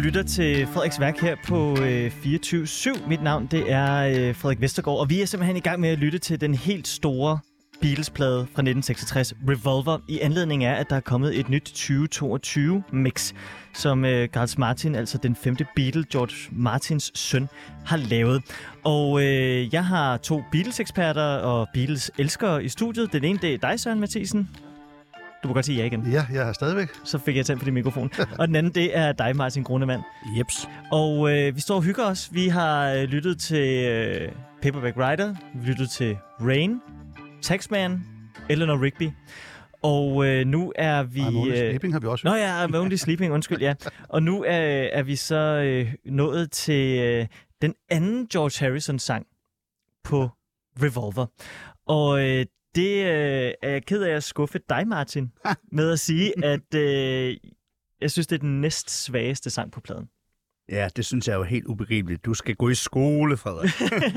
lytter til Frederiks Værk her på 24/7. Mit navn det er Frederik Vestergaard, og vi er simpelthen i gang med at lytte til den helt store Beatles-plade fra 1966, Revolver, i anledning af, at der er kommet et nyt 2022-mix, som Giles Martin, altså den 5. Beatle, George Martins søn, har lavet. Og jeg har 2 Beatles-eksperter og Beatles-elskere i studiet. Den ene, det er dig, Søren Mathisen. Du må godt sige ja igen. Ja, jeg er stadigvæk. Så fik jeg tændt på din mikrofon. Og den anden, det er dig, Martin Grunemann. Jeps. Og vi står og hygger os. Vi har lyttet til Paperback Writer, vi lyttet til Rain, Taxman, Eleanor Rigby. Og nu er vi... I'm Only Sleeping har vi også. Nå ja, I'm Only Sleeping, undskyld, ja. Og nu er vi så nået til den anden George Harrison-sang på Revolver. Og det er jeg ked af at skuffe dig, Martin, med at sige, at jeg synes, det er den næst svageste sang på pladen. Ja, det synes jeg er jo helt ubegribeligt. Du skal gå i skole, Frederik.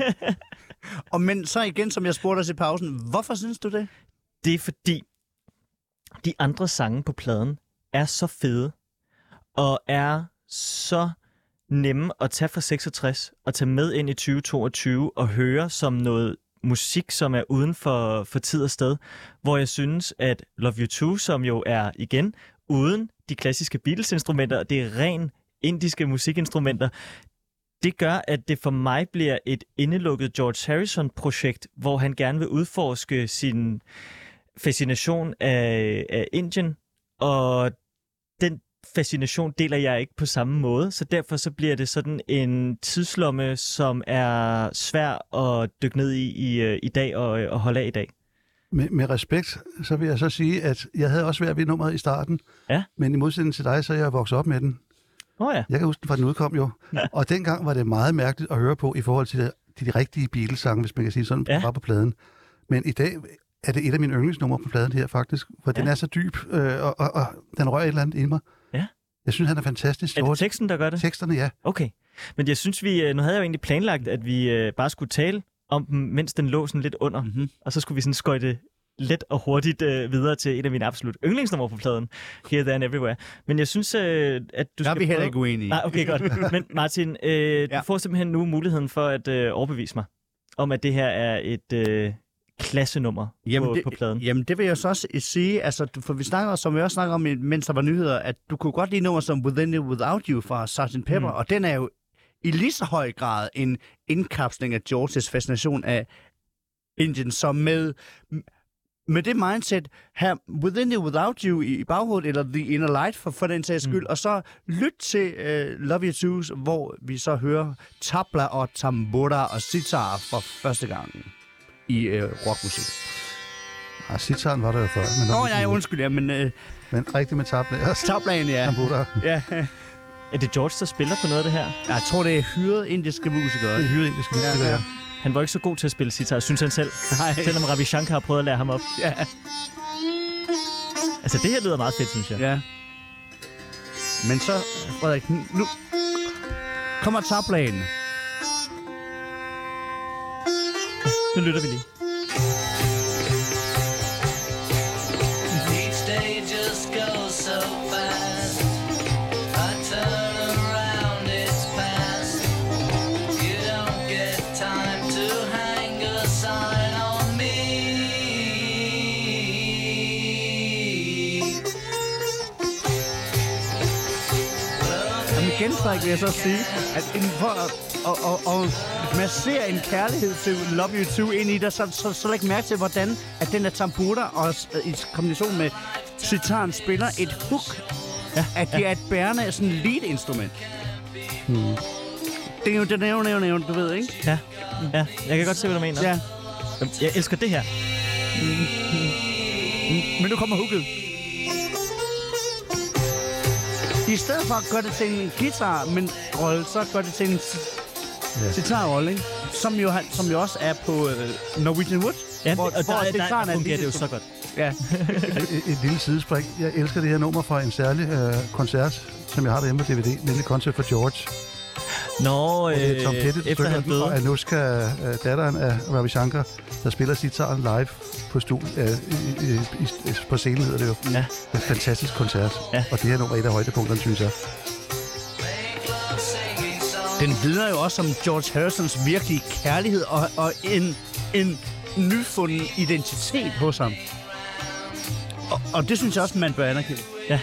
Men så igen, som jeg spurgte os i pausen, hvorfor synes du det? Det er fordi, de andre sange på pladen er så fede, og er så nemme at tage fra 66 og tage med ind i 2022 og høre som noget musik, som er uden for tid og sted, hvor jeg synes, at Love You Too, som jo er igen uden de klassiske Beatles-instrumenter, det er ren indiske musikinstrumenter, det gør, at det for mig bliver et indelukket George Harrison-projekt, hvor han gerne vil udforske sin fascination af Indien, og den fascination deler jeg ikke på samme måde, så derfor så bliver det sådan en tidslomme, som er svær at dykke ned i dag og holde af i dag. Med respekt, så vil jeg så sige, at jeg havde også været ved nummeret i starten, ja. Men i modsætning til dig, så er jeg vokset op med den. Ja. Jeg kan huske den, fra den udkom jo. Ja. Og dengang var det meget mærkeligt at høre på i forhold til de rigtige Beatles-sange, hvis man kan sige sådan, bare på pladen. Men i dag er det et af mine yndlingsnumre på pladen her faktisk, for den er så dyb, og den rører et eller andet i mig. Ja. Jeg synes, han er fantastisk. Er det teksten, der gør det? Teksterne, ja. Okay. Men jeg synes, nu havde jeg jo egentlig planlagt, at vi bare skulle tale om dem, mens den lå sådan lidt under. Mm-hmm. Og så skulle vi sådan skøjte let og hurtigt videre til et af mine absolut yndlingsnumre på pladen, Here, There and Everywhere. Men jeg synes, at du skal... Der er vi heller ikke uenige. Nej, okay, godt. Men Martin, du får simpelthen nu muligheden for at overbevise mig om, at det her er et klassenummer på pladen. Jamen, det vil jeg så også sige, altså, for vi snakker, som vi også snakker om, mens der var nyheder, at du kunne godt lide nummer som Within It Without You fra Sgt. Pepper, og den er jo i lige så høj grad en indkapsling af Georges fascination af Indien, som med det mindset, her Within It Without You i baghovedet, eller The Inner Light for den sags skyld, og så lyt til Love You Too, hvor vi så hører tabla og tambura og sitar for første gang i rockmusik. Ja, sitaren var der jo før. Nej, undskyld, ja, men rigtigt med tabla. Tablaen, ja. Tambura. Ja. Er det George, der spiller på noget af det her? Jeg tror, det er hyret indiske musikere. Det er hyret indiske musikere, ja. Han var ikke så god til at spille sitar, synes han selv. Nej. Selvom Ravi Shankar har prøvet at lære ham op. Ja. Altså, det her lyder meget fedt, synes jeg. Ja. Men så, Frederik, nu kommer tablaen. Nu lytter vi lige. Frederik, vil jeg så sige, at for at massere en kærlighed til Love You Too ind i dig, så læg mærke til, hvordan at den er tambura og i kombination med sitaren spiller et hook, at det er et bærende sådan lead-instrument. Det er jo det nævne, du ved, ikke? Ja, jeg kan godt se, hvad du mener. Ja. Jeg elsker det her. Men nu kommer hooket. I stedet for at gøre det til en guitar-rolle, så gør det til en sitar-rolle, ikke? Som jo også er på Norwegian Wood. Ja, hvor der fungerer det jo så godt. Ja. et lille sidespring. Jeg elsker det her nummer fra en særlig koncert, som jeg har derhjemme på DVD, nemlig Concert for George. Nå, Tom Petty, efter han døde. Og Anushka, datteren af Ravi Shankar, der spiller sitaren live på på scenen, hedder det jo. Ja. En fantastisk koncert. Ja. Og det her nummer er et af højdepunkterne, synes jeg. Den vidner jo også om George Harrisons virkelige kærlighed og en nyfunden identitet hos ham. Og det synes jeg også, man bør anerkende. Ja.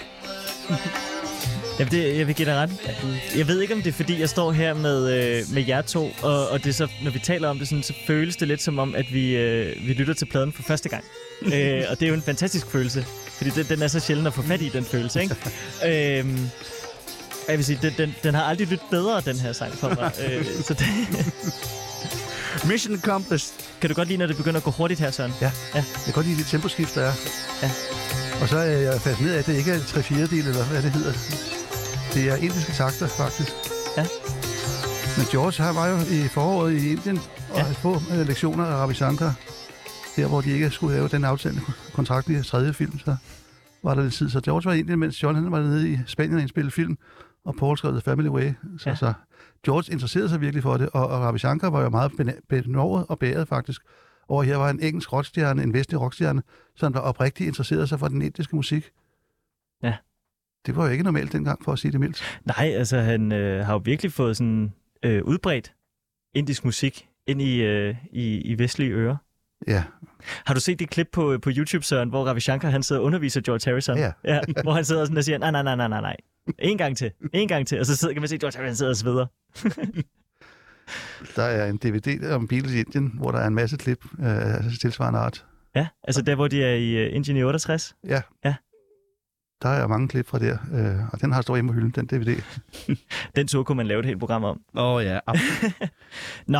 Jeg vil give dig ret. Jeg ved ikke, om det er, fordi jeg står her med jer to, og det er så, når vi taler om det, sådan, så føles det lidt som om, at vi lytter til pladen for første gang. Og det er jo en fantastisk følelse, fordi den er så sjældent at få fat i, den følelse, ikke? Jeg vil sige, den har aldrig lyttet bedre, den her sang for mig. Så det Mission accomplished. Kan du godt lide, når det begynder at gå hurtigt her, Søren? Ja. Jeg kan godt lide det temposkift, der er. Ja. Og så er jeg fascineret af, at det ikke er 3/4 eller hvad det hedder. Det er indiske takter, faktisk. Ja. Men George var jo i foråret i Indien og havde få lektioner af Ravi Shankar. Der, hvor de ikke skulle lave den aftale kontrakt i 3. film, så var der lidt tid. Så George var i Indien, mens John var nede i Spanien og indspillede film, og Paul skrev The Family Way. Så George interesserede sig virkelig for det, og Ravi Shankar var jo meget benovet og bæret faktisk. Og her var en engelsk rockstjerne, en vestlig rockstjerne, som der oprigtigt interesserede sig for den indiske musik. Ja. Det var jo ikke normalt dengang, for at sige det mildt. Nej, altså han har jo virkelig fået sådan udbredt indisk musik ind i vestlige ører. Ja. Har du set det klip på YouTube, Søren, hvor Ravi Shankar han sidder og underviser George Harrison? Ja. Hvor han sidder sådan og siger, nej. En gang til. Og så kan man se, George Harrison sidder og sveder. Der er en DVD om Beatles i Indien, hvor der er en masse klip af tilsvarende art. Ja, altså der, hvor de er i Indien i 68? Ja. Der er mange klip fra der, og den har stået hjemme på hylden, den DVD. Den tur kunne man lave et helt program om. Ja. Nå.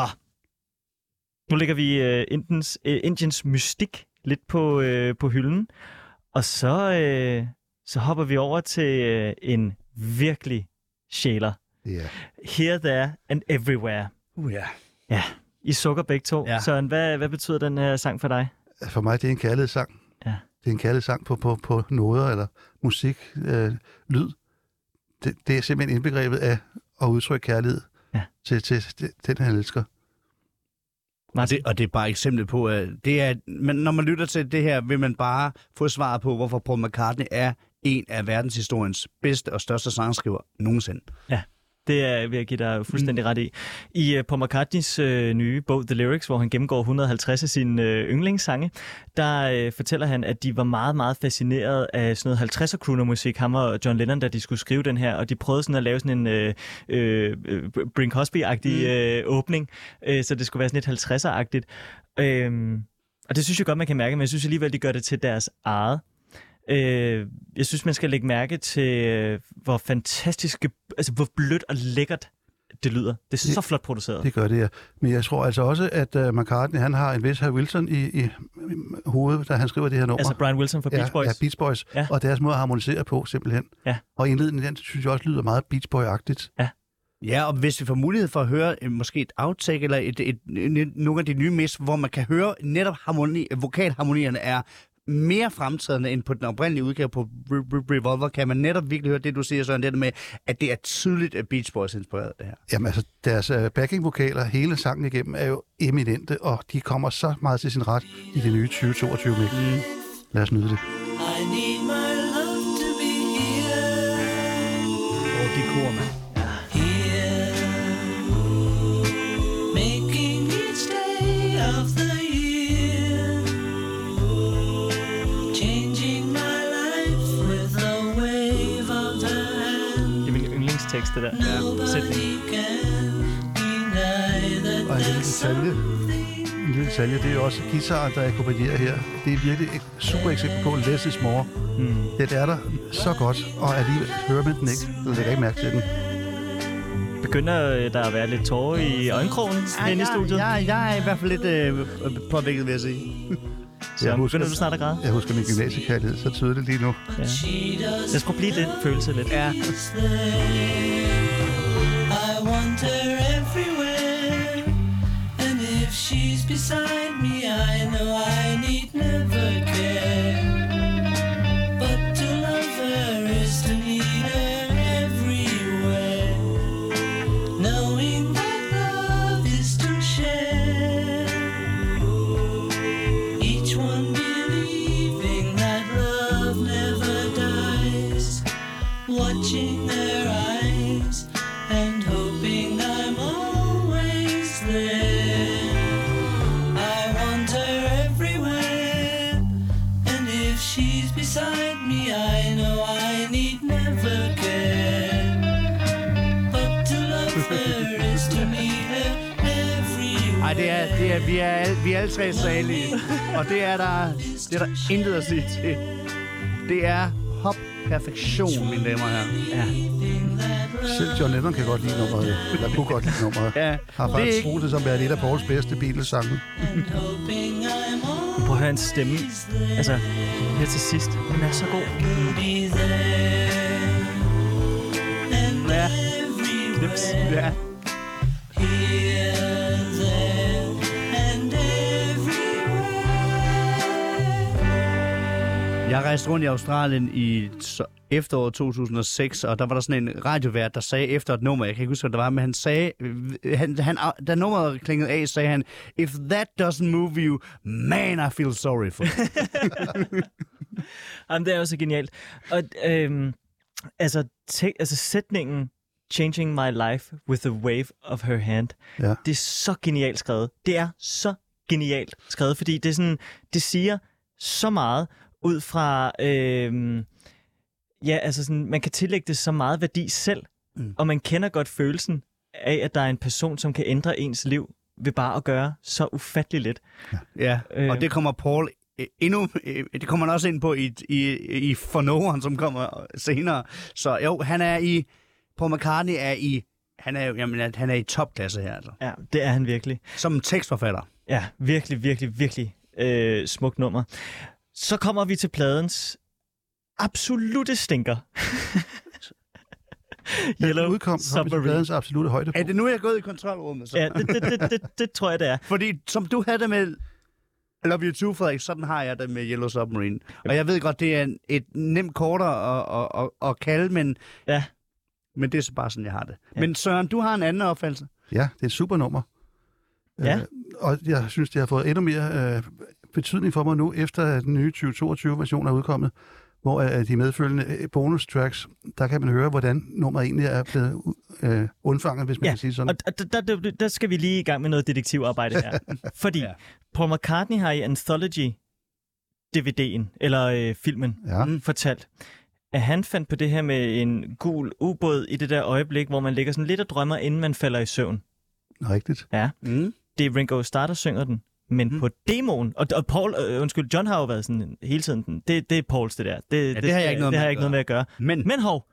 Nu lægger vi Indiens mystik lidt på hylden, og så hopper vi over til en virkelig sjæler. Yeah. Here, There and Everywhere. Ja. Ja, I sukker begge to. Ja. Søren, hvad betyder den her sang for dig? For mig, det er en kærlighedssang. Ja. Det er en kærlighedssang på noder eller musik, lyd. Det er simpelthen indbegrebet af at udtrykke kærlighed til den, han elsker. Og det er bare et eksempel på, at men når man lytter til det her, vil man bare få svaret på, hvorfor Paul McCartney er en af verdenshistoriens bedste og største sangskriver nogensinde. Ja. Det vil jeg give dig fuldstændig ret i. I Paul McCartneys nye bog, The Lyrics, hvor han gennemgår 150 af sine yndlingssange, der fortæller han, at de var meget, meget fascineret af sådan noget 50'er crooner-musik, ham og John Lennon, da de skulle skrive den her, og de prøvede sådan at lave sådan en Bing Crosby-agtig åbning, så det skulle være sådan lidt 50'er-agtigt. Og det synes jeg godt, man kan mærke, men jeg synes alligevel, de gør det til deres eget. Jeg synes, man skal lægge mærke til, hvor fantastisk, altså hvor blødt og lækkert det lyder. Det er så flot produceret. Det gør det, ja. Men jeg tror altså også, at McCartney, han har en vis Harry Wilson i hovedet, da han skriver det her nummer. Altså Brian Wilson fra Beach Boys. Ja, Beach Boys. Ja. Og deres måde at harmonisere på, simpelthen. Ja. Og indledningen, den synes jeg også lyder meget Beach Boy-agtigt. Ja. Ja, og hvis vi får mulighed for at høre måske et outtake eller nogle af de nye mix, hvor man kan høre netop vokalharmonierne er mere fremtrædende end på den oprindelige udgave på Revolver, kan man netop virkelig høre det, du siger, Søren, det med, at det er tydeligt, at Beach Boys inspireret det her. Jamen altså, deres backing-vokaler hele sangen igennem er jo eminente, og de kommer så meget til sin ret i det nye 2022 mix. Lad os nyde det. I need my love to be here. Det er kor, mand. Making each day of the year, changing my life with a wave of the hand. Det er min yndlingstekst, det der. Nobody can deny that there's En lille detalje, det er jo også guitaren, der akkompagnerer her. Det er virkelig et super eksempel på less is more. Det er der så godt, og alligevel hører man den ikke. Du lægger ikke mærke til den. Begynder der at være lidt tårer i øjenkrogen inde i studiet? Jeg er i hvert fald lidt påvirket, vil jeg sige. Så begynder du snart at græde? Jeg husker min gymnasiekærlighed så tydeligt lige nu. Ja. Lad os prøve at blive den følelse lidt. Ja. I want her everywhere, and if she's beside me, I know I need never care. But to love her is to need her everywhere, knowing that love is to share. Each one believing that love never dies, watching their eyes and hoping I'm vi er alle tre salige. Og det er der intet at sige til. Det er hop-perfektion, mine damer og herrer. Ja. Selv John Lennon kan godt lide nummeret. Eller kunne godt lide nummeret. Ja, Har faktisk troet det som være et af Pauls bedste Beatles-sange. Prøv at høre hans stemme. Altså, her til sidst. Den er så god. Ja. Knips. Ja. Jeg rejste rundt i Australien i efteråret 2006, og der var der sådan en radiovært, der sagde efter et nummer, jeg kan ikke huske, hvad det var, men han sagde, da nummeret klingede af, sagde han, if that doesn't move you, man, I feel sorry for you. Jamen, det er jo så genialt. Og altså sætningen, changing my life with the wave of her hand, Ja. det er så genialt skrevet. Det er så genialt skrevet, fordi det er sådan, det siger så meget ud fra, altså sådan, man kan tillægge det så meget værdi selv, og man kender godt følelsen af, at der er en person, som kan ændre ens liv ved bare at gøre så ufatteligt lidt. Ja, og det kommer Paul det kommer han også ind på i fornoveren, som kommer senere. Så jo, Paul McCartney han er i topklasse her. Altså. Ja, det er han virkelig. Som tekstforfatter. Ja, virkelig, virkelig, virkelig smukt nummer. Så kommer vi til pladens absolute stinker. Yellow udkom Submarine. Pladens absolute højdepunkt. Er det nu, jeg er gået i kontrolrummet? Så? Ja, det tror jeg, det er. Fordi som du havde det med Love You Too, Frederik, sådan har jeg det med Yellow Submarine. Og jeg ved godt, det er et nemt kortere at kalde, men det er så bare sådan, jeg har det. Ja. Men Søren, du har en anden opfattelse. Ja, det er et super nummer. Ja. Og jeg synes, det har fået endnu mere betydning for mig nu, efter at den nye 2022-version er udkommet, hvor de medfølgende bonus tracks, der kan man høre, hvordan nummeret egentlig er blevet undfanget, hvis man kan sige sådan. Og der skal vi lige i gang med noget detektivarbejde her. Fordi Paul McCartney har i Anthology-DVD'en, eller filmen, fortalt, at han fandt på det her med en gul ubåd i det der øjeblik, hvor man ligger sådan lidt og drømmer, inden man falder i søvn. Rigtigt. Ja. Det er Ringo Starr, der synger den. Men på demoen, og Paul, John har jo været sådan hele tiden, det er Pauls det der. Det har jeg ikke noget med at gøre. Men hov,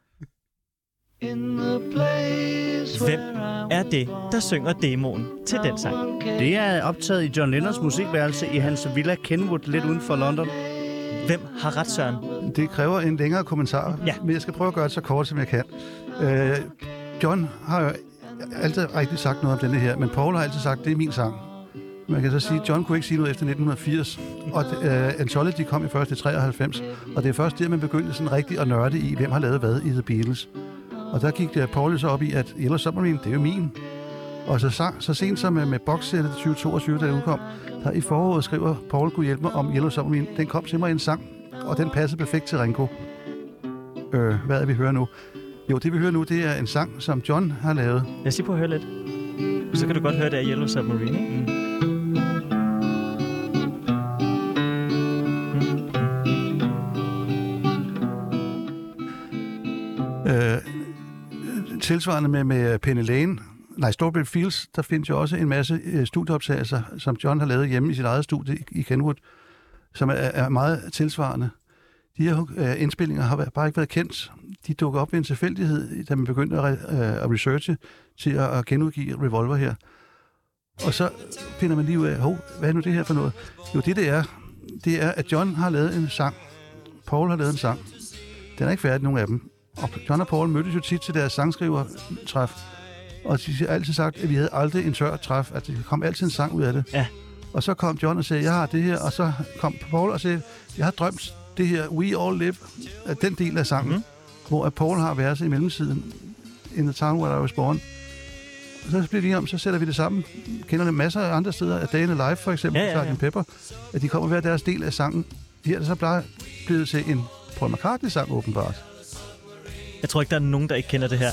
hvem er det, der synger demoen til den sang? Det er optaget i John Lennons musikværelse i hans villa Kenwood, lidt uden for London. Hvem har ret, Søren? Det kræver en længere kommentar, men jeg skal prøve at gøre det så kort, som jeg kan. John har jo altid rigtig sagt noget om denne her, men Paul har altid sagt, det er min sang. Man kan så sige, at John kunne ikke sige noget efter 1980, og Anthology kom i først i 93, og det er først der, man begyndte sådan rigtig at nørde i, hvem har lavet hvad i The Beatles. Og der gik Paul så op i, at Yellow Submarine, det er jo min. Og så sent som med boxsættet 2022, da det udkom, der i foråret skriver Paul, kunne hjælpe mig om Yellow Submarine. Den kom til mig i en sang, og den passede perfekt til Ringo. Hvad er vi hører nu? Jo, det vi hører nu, det er en sang, som John har lavet. Lad os lige prøve at høre lidt. Så kan du godt høre, det er Yellow Submarine, ikke? Tilsvarende med Penny Lane, Strawberry Fields, der findes jo også en masse studieoptagelser, som John har lavet hjemme i sit eget studie i Kenwood, som er meget tilsvarende. De her indspillinger har bare ikke været kendt. De dukker op ved en tilfældighed, da man begyndte at researche til at genudgive Revolver her. Og så finder man lige ud af, hvad er nu det her for noget? Jo, det er, at John har lavet en sang. Paul har lavet en sang. Den er ikke færdig, nogen af dem. Og John og Paul mødtes jo tit til deres sangskrivertræf. Og de har altid sagt, at vi havde aldrig en tør træf. At der kom altid en sang ud af det. Ja. Og så kom John og sagde, jeg har det her. Og så kom Paul og sagde, jeg har drømt det her We All Live, den del af sangen, hvor Paul har verset i mellemtiden, In the Town Where I Was Born. Og så bliver de om, så sætter vi det sammen. Kender det masser af andre steder, af Day in the Life for eksempel, Sgt. Pepper, at de kommer hver deres del af sangen. Her er det så blevet til en Paul McCartney-sang åbenbart. Jeg tror ikke, der er nogen, der ikke kender det her.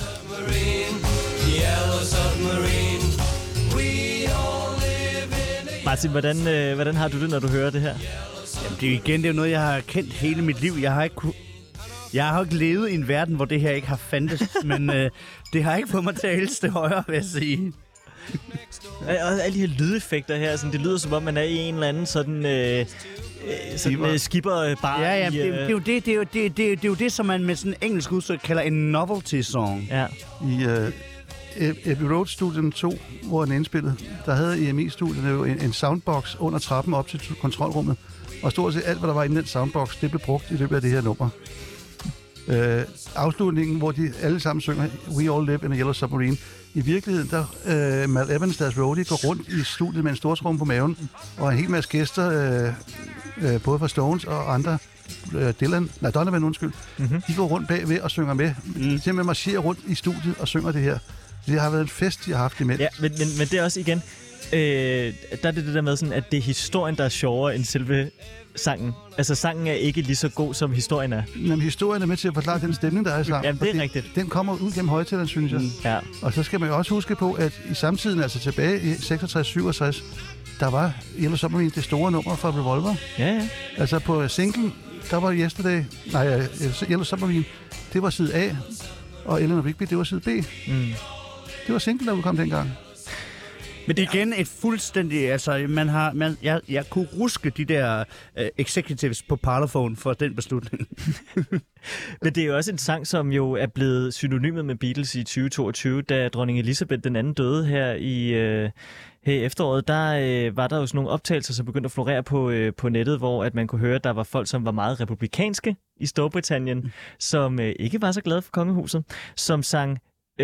Martin, hvordan har du det, når du hører det her? Jamen, det er jo noget, jeg har kendt hele mit liv. Jeg har ikke levet i en verden, hvor det her ikke har fandtes, men det har ikke fået mig til at elske det højere, vil jeg sige. Og alle de her lydeffekter her, sådan, det lyder som om, man er i en eller anden sådan skipperbar. Ja, det er jo det, som man med sådan en engelsk udtryk kalder en novelty song. Ja. I Abbey Road Studien 2, hvor den indspillede, der havde EMI-studiet jo en soundbox under trappen op til kontrolrummet. Og stort set alt, hvad der var i den soundbox, det blev brugt i løbet af det her nummer. Afslutningen, hvor de alle sammen synger We All Live in a Yellow Submarine. I virkeligheden, der Mal Evans, deres roadie, går rundt i studiet med en stortrum på maven, og en hel masse gæster, både fra Stones og andre, Donovan, undskyld, de går rundt bagved og synger med. Simpelthen marcherer rundt i studiet og synger det her. Det har været en fest, de har haft imens. Ja, men det er også igen, der er det der med sådan, at det er historien, der er sjovere end selve sangen. Altså, sangen er ikke lige så god, som historien er. Jamen, historien er med til at forklare den stemning, der er i sangen. Jamen, det er rigtigt. Den kommer ud gennem højtaleren, synes jeg. Ja. Og så skal man jo også huske på, at i samtiden, altså tilbage i 66-67, der var Yellow Submarine det store nummer fra Revolver. Ja. Altså på singlen, der var Yellow Submarine, det var side A, og Ellen og Rigby, det var side B. Det var singlen, der udkom dengang. Men det er igen et fuldstændig, altså jeg kunne ruske de der executives på Parlophone for den beslutning. Men det er jo også en sang, som jo er blevet synonymet med Beatles i 2022, da dronning Elizabeth den anden døde her i efteråret. Der var der jo sådan nogle optagelser, som begyndte at florere på nettet, hvor at man kunne høre, at der var folk, som var meget republikanske i Storbritannien, som ikke var så glade for kongehuset, som sang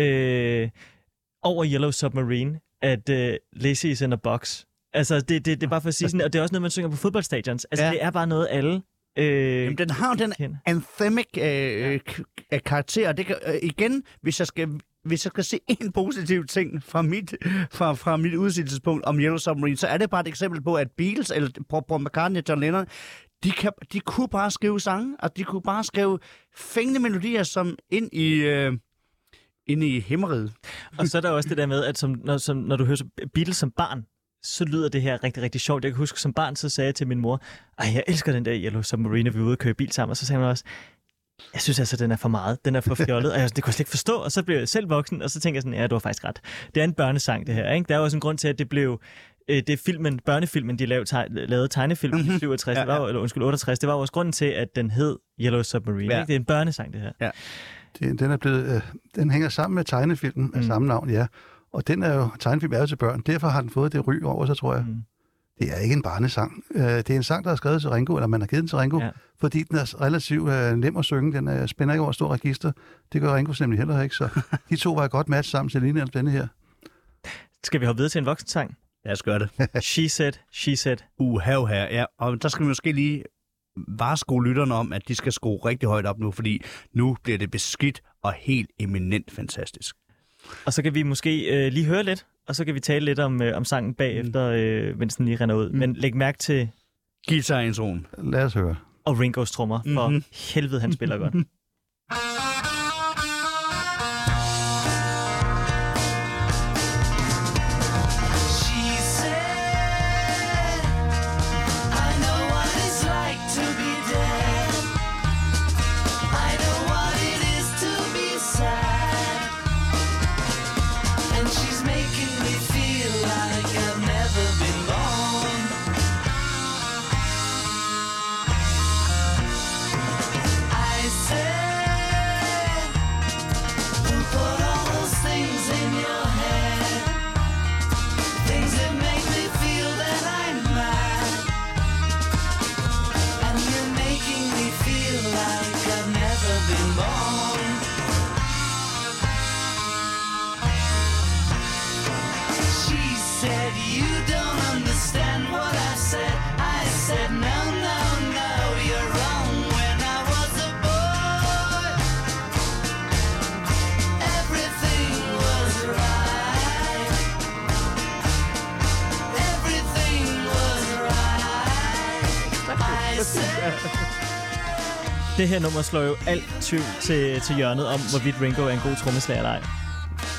over Yellow Submarine, at Lizzie is in a box. Altså, det er bare for at sige sådan, og det er også noget, man synger på fodboldstadions. Altså, det er bare noget, alle Jamen, den har jo den anthemic karakter. Det kan, igen, hvis jeg skal se en positiv ting fra mit udsigtelsespunkt om Yellow Submarine, så er det bare et eksempel på, at Beatles, eller Paul McCartney og John Lennon, de kunne bare skrive sange, og de kunne bare skrive fængende melodier, som ind i himmeriget. Og så er der også det der med, at når du hører Beatles som barn, så lyder det her rigtig, rigtig sjovt. Jeg kan huske, som barn, så sagde jeg til min mor, jeg elsker den der Yellow Submarine, og vi var ude og køre bil sammen, og så sagde hun også, jeg synes altså, den er for meget, den er for fjollet, og det kunne jeg slet ikke forstå, og så blev jeg selv voksen, og så tænkte jeg sådan, ja, du har faktisk ret. Det er en børnesang, det her, ikke? Der er også en grund til, at det blev det er børnefilmen, de lavede tegnefilm i 67, eller 68, det var også grunden til, at den hed Yellow Submarine. Ikke? Det er en børnesang, det her. Ja. Den hænger sammen med tegnefilmen af samme navn, ja. Og tegnefilm er jo til børn. Derfor har den fået det ry over sig, tror jeg. Det er ikke en barnesang. Det er en sang, der er skrevet til Ringo, eller man har givet den til Ringo, fordi den er relativt nem at synge. Den spænder ikke over et stort register. Det gør Ringo nemlig heller ikke, så de to var et godt match sammen til lige netop denne her. Skal vi hoppe videre til en voksensang? Lad os gøre det. She said. Ja. Og der skal vi måske lige varsko lytterne om, at de skal skrue rigtig højt op nu, fordi nu bliver det beskidt og helt eminent fantastisk. Og så kan vi måske lige høre lidt, og så kan vi tale lidt om sangen bagefter, mens den lige render ud. Men læg mærke til guitarintroen. Lad os høre. Og Ringos trommer, for helvede, han spiller godt. Det her nummer slår jo alt tvivl til hjørnet om, hvorvidt Ringo er en god trommeslager eller ej.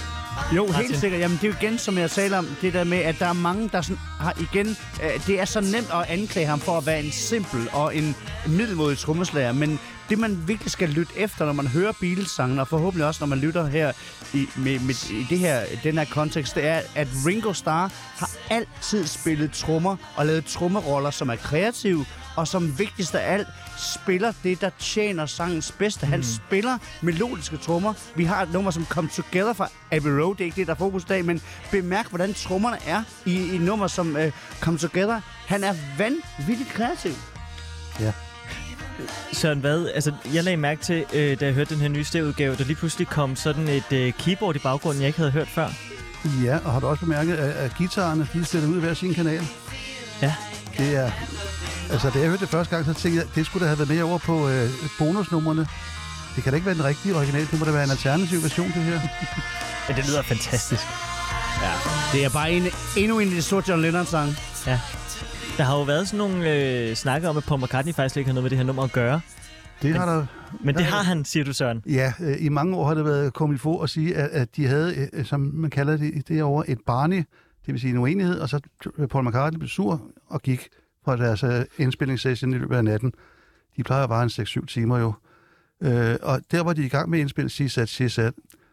Jo, Martin? helt sikkert. Jamen, det er jo igen, som jeg taler om, det der med, at der er mange, der sådan har igen... det er så nemt at anklage ham for at være en simpel og en middelmådig trommeslager, men det, man virkelig skal lytte efter, når man hører Beatles-sangen, og forhåbentlig også, når man lytter her i den her kontekst, det er, at Ringo Starr har altid spillet trommer og lavet trommeroller, som er kreative, og som vigtigst af alt spiller det, der tjener sangens bedste. Han spiller melodiske trommer. Vi har et nummer, som Come Together fra Abbey Road. Det er ikke det, der er fokus i dag, men bemærk, hvordan trommerne er i nummer som Come Together. Han er vanvittigt kreativ. Ja. Søren, hvad? Altså, jeg lagde mærke til, da jeg hørte den her nye stereoudgave, der lige pludselig kom sådan et keyboard i baggrunden, jeg ikke havde hørt før. Ja, og har du også bemærket, at guitarerne, de sætter ud i hver sin kanal? Ja. Det er... Altså, da jeg hørte det første gang, så tænkte jeg, det skulle da have været med over på bonusnummerne. Det kan da ikke være den rigtige original. Det må da være en alternativ version, det her. Men det lyder fantastisk. Ja. Det er bare endnu en af de store John Lennon-sange. Ja. Der har jo været sådan nogle snakker om, at Paul McCartney faktisk ikke har noget med det her nummer at gøre. Det har der... Men det har han, siger du, Søren. Ja, i mange år har det været kommet for at sige, at de havde, som man kalder det derovre, et barney, det vil sige en uenighed, og så Paul McCartney blev sur og gik fra deres indspillingssession i løbet af natten. De plejer at vare en 6-7 timer jo. Og der var de i gang med at indspille She Said.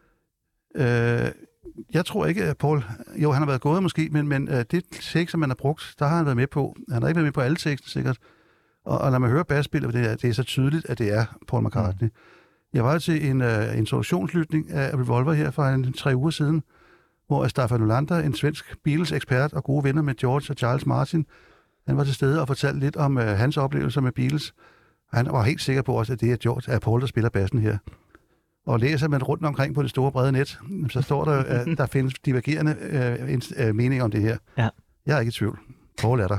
Jeg tror ikke, at Paul... Jo, han har været gået måske, men det tekst, som man har brugt, der har han været med på. Han har ikke været med på alle tekster, sikkert. Og når man hører basspillet, det er så tydeligt, at det er Paul McCartney. Jeg var til en introduktionslytning af Revolver her for 3 uger siden, hvor Staffan Olander, en svensk Beatles-ekspert og gode venner med George og Charles Martin, han var til stede og fortalte lidt om hans oplevelser med Beatles. Han var helt sikker på også, at det er George, Paul, der spiller bassen her. Og læser man rundt omkring på det store brede net, så står der, at der findes divergerende meninger om det her. Ja. Jeg er ikke i tvivl. Paul er der.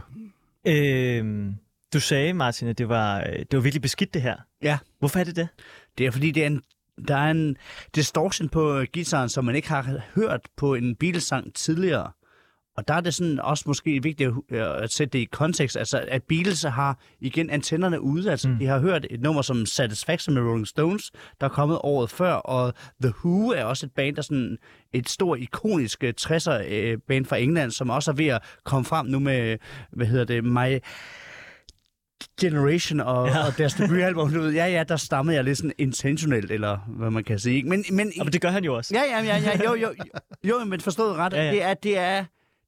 Du sagde, Martin, at det var virkelig beskidt, det her. Ja. Hvorfor er det det? Det er, fordi der er en distortion på guitaren, som man ikke har hørt på en Beatles-sang tidligere. Og der er det sådan også måske vigtigt at sætte det i kontekst, altså at Beatles har igen antennerne ude, altså de har hørt et nummer som Satisfaction med Rolling Stones, der er kommet året før, og The Who er også et band, der sådan et stort ikonisk 60'er band fra England, som også er ved at komme frem nu med, My Generation og deres debutalbum. Ja, der stammede jeg lidt sådan intentionelt, eller hvad man kan sige. Men det gør han jo også. Jo, men forstået ret. Ja.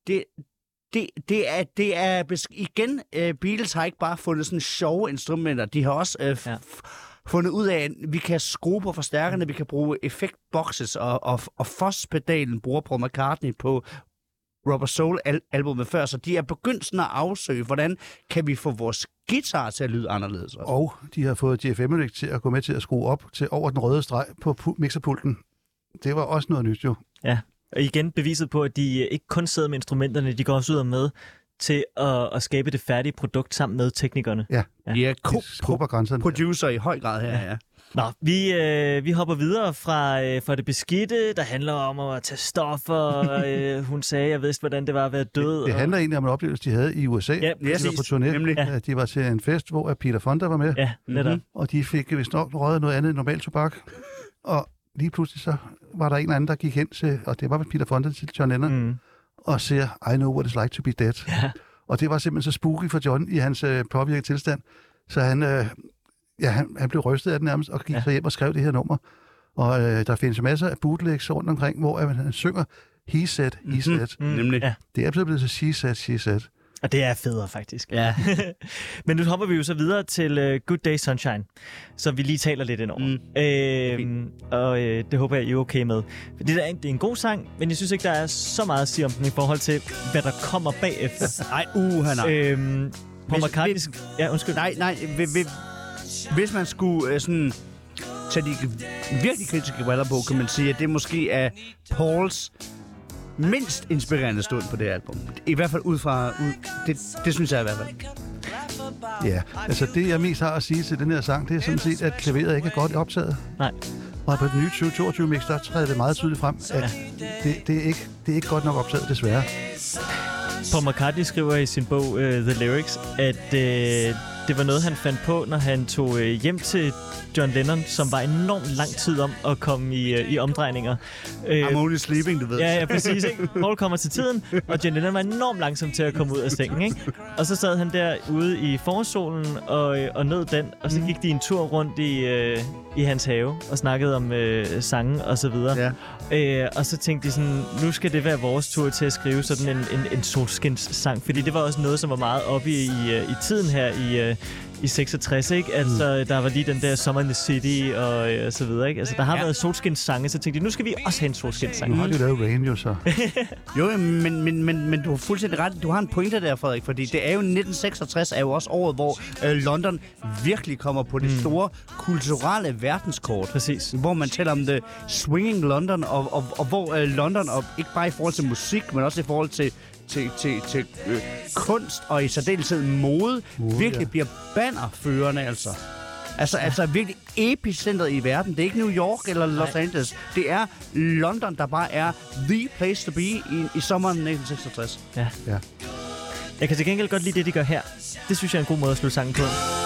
Det er igen, Beatles har ikke bare fundet sådan sjove instrumenter, de har også fundet ud af, at vi kan skrue på forstærkerne, vi kan bruge effektboxes, og Foss-pedalen bruger Paul McCartney på Rubber Soul-albumet før, så de er begyndt sådan at afsøge, hvordan kan vi få vores guitar til at lyde anderledes. Også. Og de har fået Jeff Emmerich til at gå med til at skrue op til over den røde streg på mixerpulten. Det var også noget nyt jo. Ja. Og igen beviset på, at de ikke kun sidder med instrumenterne, de går også ud og med til at skabe det færdige produkt sammen med teknikerne. Ja. De er producer i høj grad her, ja. Nå, vi hopper videre fra det beskidte, der handler om at tage stoffer. Hun sagde, jeg vidste, hvordan det var at være død. Det handler egentlig om en oplevelse, de havde i USA. Ja, de var på turné. Ja. De var til en fest, hvor Peter Fonda var med. Ja, netop. Og de fik vist nok røget noget andet end normal tobak. Og lige pludselig så var der en eller anden, der gik hen til, og det var Peter Fonda til John Lennon, og siger, I know what it's like to be dead. Ja. Og det var simpelthen så spooky for John i hans påvirkede tilstand, så han blev rystet af den nærmest, og gik så hjem og skrev det her nummer. Og der findes masser af bootlegs rundt omkring, hvor han synger He Said, He Said. Nemlig. Ja. Det er blevet så She Said, She Said. Og det er federe, faktisk. Ja. Men nu hopper vi jo så videre til Good Day Sunshine, så vi lige taler lidt indover. Og det håber jeg, I er okay med. Det er en god sang, men jeg synes ikke, der er så meget at sige om den i forhold til, hvad der kommer bagefter. Nej. Paul McCartney... Ja, undskyld. Nej. Hvis man skulle sådan tage de virkelig kritiske briller på, kan man sige, at det måske er Pauls mindst inspirerende stund på det album. I hvert fald ud fra... Det synes jeg i hvert fald. Ja, altså det jeg mest har at sige til den her sang, det er sådan set, at klaveret ikke er godt optaget. Nej. Og på den nye 2022 mix, der træder det meget tydeligt frem, at det er ikke godt nok optaget, desværre. Paul McCartney skriver i sin bog The Lyrics, at det var noget, han fandt på, når han tog hjem til John Lennon, som var enormt lang tid om at komme i omdrejninger. I'm only sleeping, du ved. Ja, præcis. Ikke? Paul kommer til tiden, og John Lennon var enormt langsom til at komme ud af sengen. Ikke? Og så sad han der ude i forsolen og nød den, og så gik de en tur rundt i hans have og snakkede om sange og så videre. Ja. Og så tænkte de sådan, nu skal det være vores tur til at skrive sådan en solskinssang, fordi det var også noget, som var meget oppe i tiden her i 66, ikke? Altså, der var lige den der Summer in the City og så videre, ikke? Altså, der har været solskinssange, så tænkte de, nu skal vi også have en solskinssang. Nu har de lavet Rain, jo så. Jo, men du har fuldstændig ret. Du har en pointe der, Frederik, fordi det er jo 1966, er jo også året, hvor London virkelig kommer på det store kulturelle verdenskort. Præcis. Hvor man taler om det swinging London, og hvor London, og ikke bare i forhold til musik, men også i forhold til kunst og i særdeleshed mode, virkelig bliver bannerførende, altså. Altså virkelig epicentret i verden. Det er ikke New York eller Los Angeles. Det er London, der bare er the place to be i sommeren 1966. Ja. Jeg kan til gengæld godt lide det, de gør her. Det synes jeg er en god måde at slutte sangen på.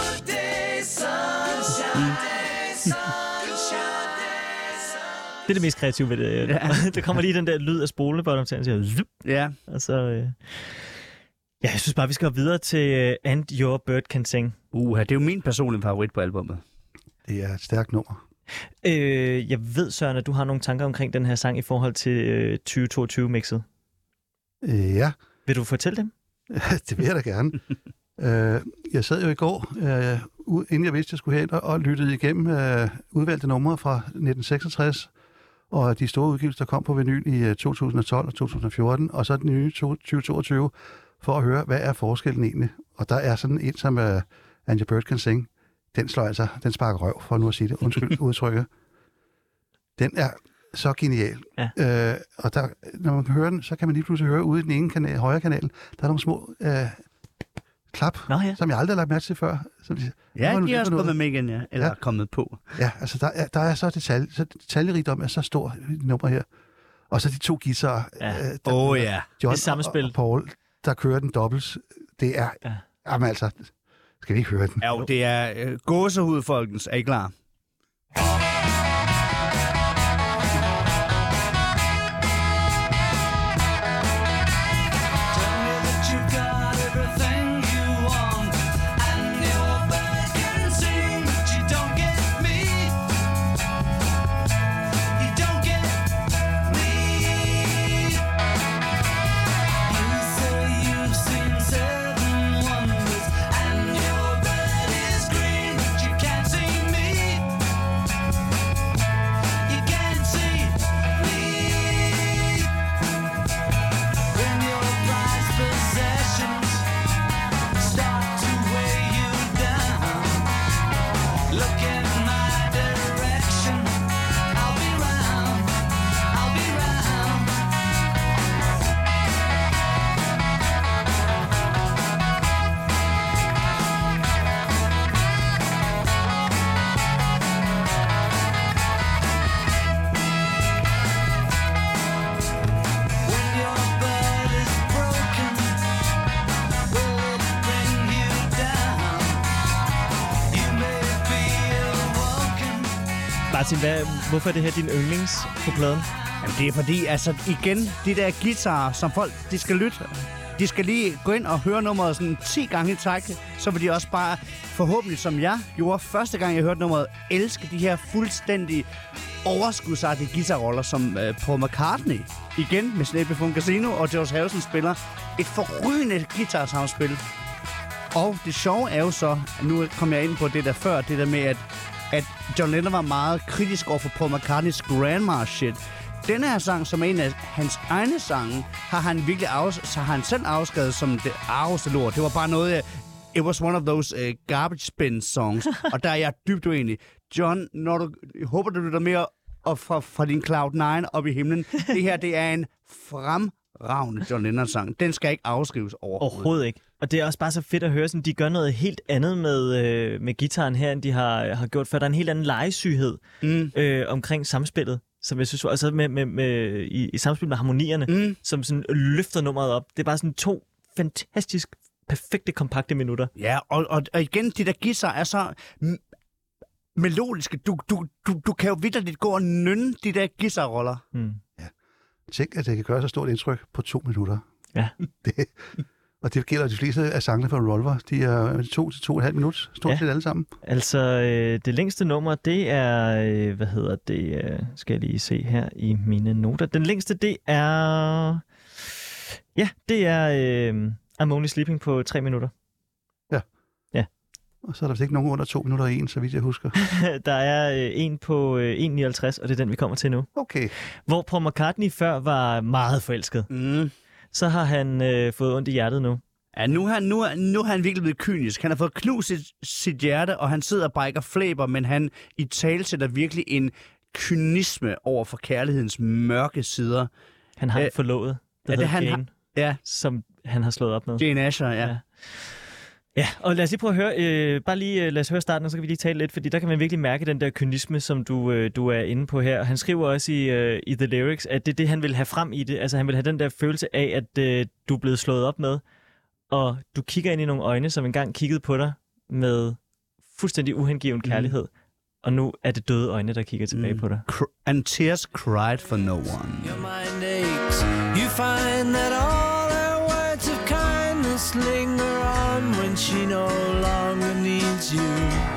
Det er det mest kreative ved det. Ja. Der kommer lige den der lyd af spolebånd, og siger zup. Ja. Og så... Ja, jeg synes bare, vi skal gå videre til And Your Bird Can Sing. Det er jo min personlige favorit på albumet. Det er et stærkt nummer. Jeg ved, Søren, at du har nogle tanker omkring den her sang i forhold til 2022-mixet. Ja. Vil du fortælle dem? Det vil jeg da gerne. Jeg sad jo i går, inden jeg vidste, at jeg skulle hen, og lyttede igennem udvalgte numre fra 1966, og de store udgivelser, der kom på vinyl i 2012 og 2014, og så den nye 2022, for at høre, hvad er forskellen egentlig. Og der er sådan en, som And Your Bird Can Sing. Den sparker røv, for nu at sige det. Undskyld udtrykket. Den er så genial. Ja. Og der, når man hører den, så kan man lige pludselig høre ude i den ene højre kanal, der er nogle små klap, som jeg aldrig har lagt mærke til før. De er også kommet med igen, ja. Eller kommet på. Ja, altså der er så detaljerigdom er så stor nummer her. Og så de to guitarer. Ja. John det samspil. Og Paul, der kører den dobbelt. Det er... Ja. Jamen altså, skal vi ikke høre den? Ja, det er gåsehud, folkens. Er I klar? Martin, hvorfor er det her din yndlings på pladen? Jamen, det er fordi, altså igen, de der guitarer, som folk, de skal lytte. De skal lige gå ind og høre nummeret sådan 10 gange i træk, så vil de også bare, forhåbentlig som jeg gjorde første gang, jeg hørte nummeret, elske de her fuldstændig overskudsagtige guitarroller, som Paul McCartney, igen med Snapper from Casino, og George Harrison spiller et forrygende guitarsamspil. Og det sjove er jo så, nu kom jeg ind på det der før, det der med, at John Lennon var meget kritisk over for Paul McCartneys grandma shit. Denne her sang, som er en af hans egne sange, har han virkelig så har han selv afskrevet som det arveste lort. Det var bare noget, it was one of those garbage bin songs. Og der er jeg dybt uenig. John, jeg håber, du lytter mere fra din Cloud9 op i himlen. Det her, det er en fremragende John Lennon-sang. Den skal ikke afskrives overhovedet ikke. Og det er også bare så fedt at høre, sådan de gør noget helt andet med gitaren her, end de har gjort før. Der er en helt anden legesyghed omkring samspillet, som jeg synes, altså i samspil med harmonierne, som sådan løfter nummeret op. Det er bare sådan to fantastisk perfekte, kompakte minutter. Ja, og igen, de der gisser er så melodiske. Du kan jo vitterligt gå og nynne de der gisserroller. Tænk, at det kan gøre så stort indtryk på 2 minutter. Ja. Og det gælder de fleste af sangene fra Revolver. De er 2 til 2,5 minutter, stort set alle sammen. Altså, det længste nummer, det er, skal jeg lige se her i mine noter. Den længste, det er, det er I'm Only Sleeping på 3 minutter. Og så er der vist ikke nogen under 2 minutter og 1, så vidt jeg husker. Der er en på 1,59, og det er den, vi kommer til nu. Okay. Hvor Paul McCartney før var meget forelsket. Så har han fået ondt i hjertet nu. Ja, nu er han virkelig blevet kynisk. Han har fået knust sit hjerte, og han sidder og brækker flæber, men han i tale sætter virkelig en kynisme over for kærlighedens mørke sider. Han har forlovet, der hedder Jane, som han har slået op med. Jane Asher, ja. Ja, og lad os lige prøve at høre, lad os høre starten, og så kan vi lige tale lidt, fordi der kan man virkelig mærke den der kynisme, som du er inde på her. Han skriver også i The Lyrics, at det er det, han vil have frem i det. Altså, han vil have den der følelse af, at du er blevet slået op med, og du kigger ind i nogle øjne, som engang kiggede på dig med fuldstændig uhengiven kærlighed, og nu er det døde øjne, der kigger tilbage på dig. And tears cried for no one. Your mind aches. You find that all her words of kindness linger on when she no longer needs you.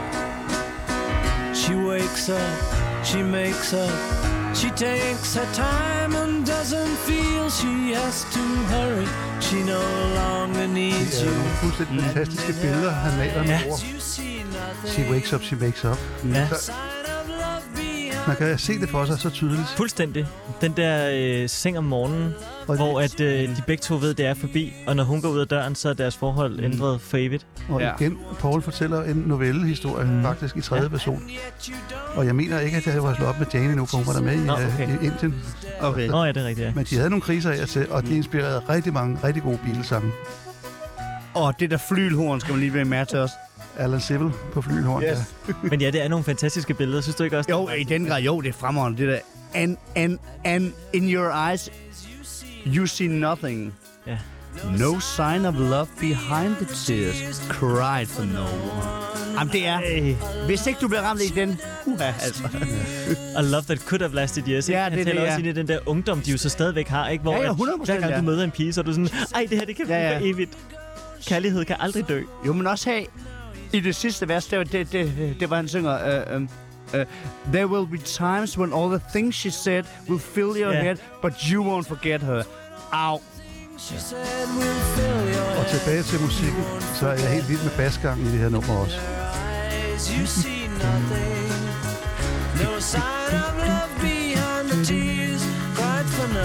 She wakes up, she makes up, she takes her time and doesn't feel she has to hurry. She no longer needs Det er you. nogle fuldstændig fantastiske billeder, han maler med ord. She wakes up, she makes up. Ja. Så, man kan se det for sig så tydeligt. Fuldstændig. Den der seng om morgenen, hvor at, de begge to ved, det er forbi, og når hun går ud af døren, så er deres forhold ændret for evigt. Og igen, Paul fortæller en novellehistorie, faktisk i tredje person. Og jeg mener ikke, at jeg var slået op med Jane endnu, for hun var der med i Indien. Okay. Nå ja, det er rigtigt, ja. Men de havde nogle kriser af til, og de inspirerede rigtig mange rigtig gode Beatles-sange. Og det der flylhorn skal man lige være med til os. Alan Civil på flylhorn. Yes. Ja. Men ja, det er nogle fantastiske billeder, synes du ikke også? Jo, i den grad, jo, det er fremragende. Det der, and in your eyes, you see nothing. Ja. No sign of love behind the tears, cried for no one. Jamen, det er... Hvis ikke du bliver ramt i den... altså. A love that could have lasted years. Ja, Han det taler er også ind i den der ungdom, de jo så stadigvæk har, ikke? Hvor Ja, at 100%, hver gang du møder en pige, så er du sådan, ej, det her, det kan blive Ja. for evigt. Kærlighed kan aldrig dø. Jo, men også her i det sidste vers, det var han synger... There will be times when all the things she said will fill your head, but you won't forget her. Au. Og tilbage til musikken, så er jeg helt vild med basgangen i det her nummer også. You see nothing. No sign of love behind the tears. Cried for no